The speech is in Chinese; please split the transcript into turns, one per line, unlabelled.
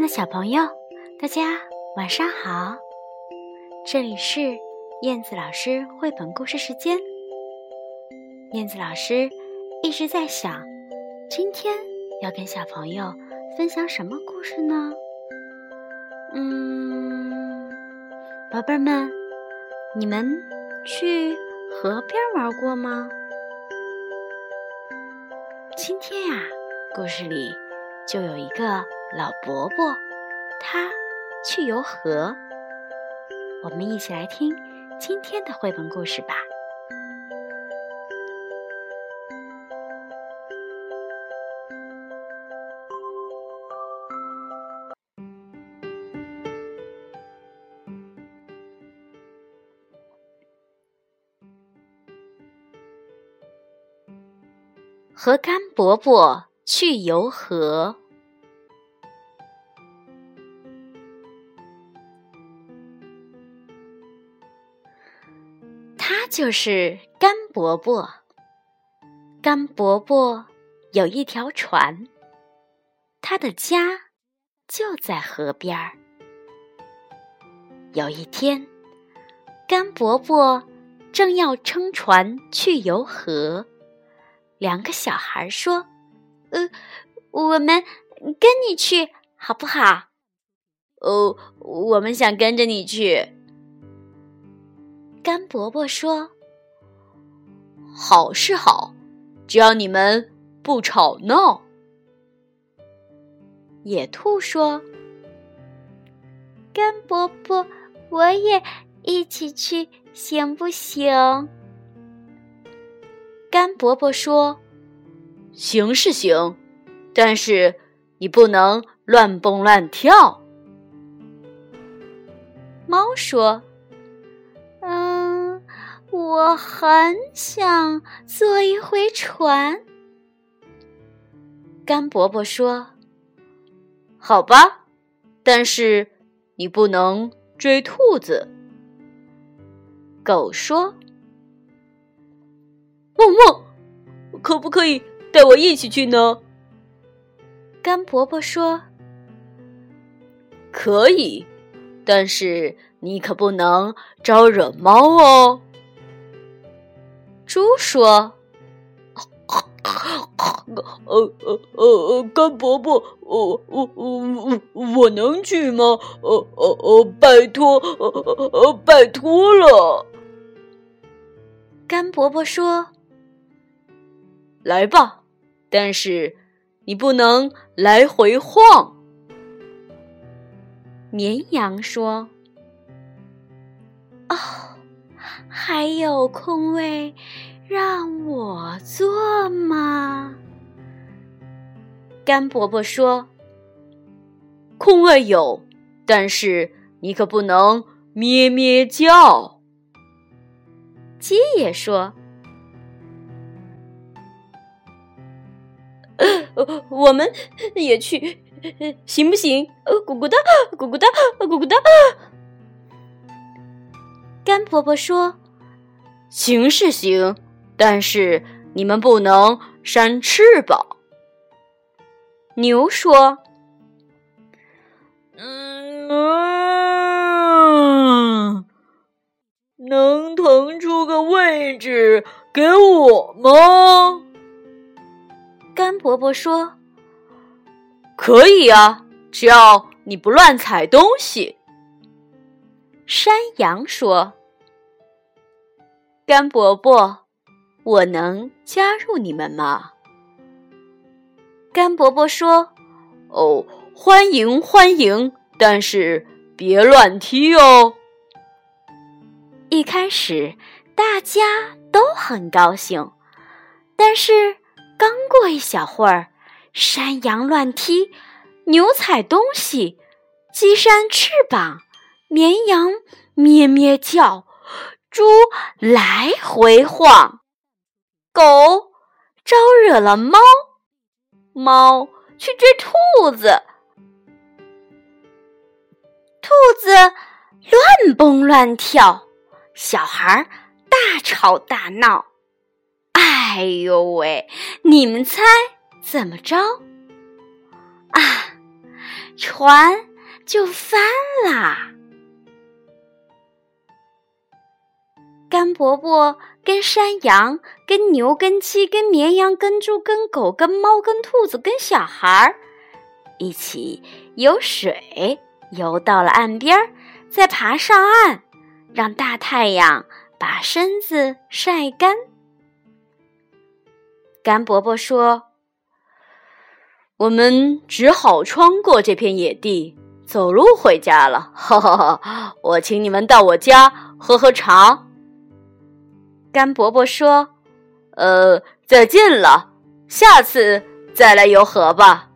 的小朋友，大家晚上好，这里是燕子老师绘本故事时间。燕子老师一直在想，今天要跟小朋友分享什么故事呢？宝贝们，你们去河边玩过吗？今天呀，故事里就有一个老伯伯，他去游河。我们一起来听今天的绘本故事吧。和甘伯伯去游河。他就是甘伯伯。甘伯伯有一条船，他的家就在河边儿。有一天，甘伯伯正要撑船去游河，两个小孩说：我们跟你去好不好？我们想跟着你去。甘伯伯说：好是好，只要你们不吵闹。野兔说：甘伯伯，我也一起去行不行？甘伯伯说：行是行，但是你不能乱蹦乱跳。猫说：我很想坐一回船。甘伯伯说：好吧，但是你不能追兔子。狗说：汪汪，可不可以带我一起去呢？甘伯伯说：可以，但是你可不能招惹猫哦。猪说：甘伯伯，我能去吗？拜托，拜托了。甘伯伯说：来吧，但是你不能来回晃。绵羊说：还有空位让我坐吗？甘伯伯说：空位有，但是你可不能咩咩叫。鸡也说：我们也去行不行？咕咕哒咕咕哒咕咕哒。甘伯伯说：行是行，但是你们不能扇翅膀。牛说：能腾出个位置给我吗？甘伯伯说：可以啊，只要你不乱踩东西。山羊说：甘伯伯，我能加入你们吗？甘伯伯说：欢迎欢迎，但是别乱踢哦。一开始大家都很高兴，但是刚过一小会儿，山羊乱踢，牛踩东西，鸡扇翅膀，绵羊咩咩叫，猪来回晃，狗招惹了猫，猫去追兔子，兔子乱蹦乱跳，小孩大吵大闹。哎呦喂，你们猜怎么着？ 船就翻啦。干伯伯跟山羊、跟牛、跟鸡、跟绵羊、跟猪、跟狗、跟猫、跟兔子、跟小孩一起游水，游到了岸边，再爬上岸，让大太阳把身子晒干。干伯伯说：“我们只好穿过这片野地，走路回家了。哈哈哈！我请你们到我家喝喝茶。”干伯伯说：“再见了，下次再来游河吧。”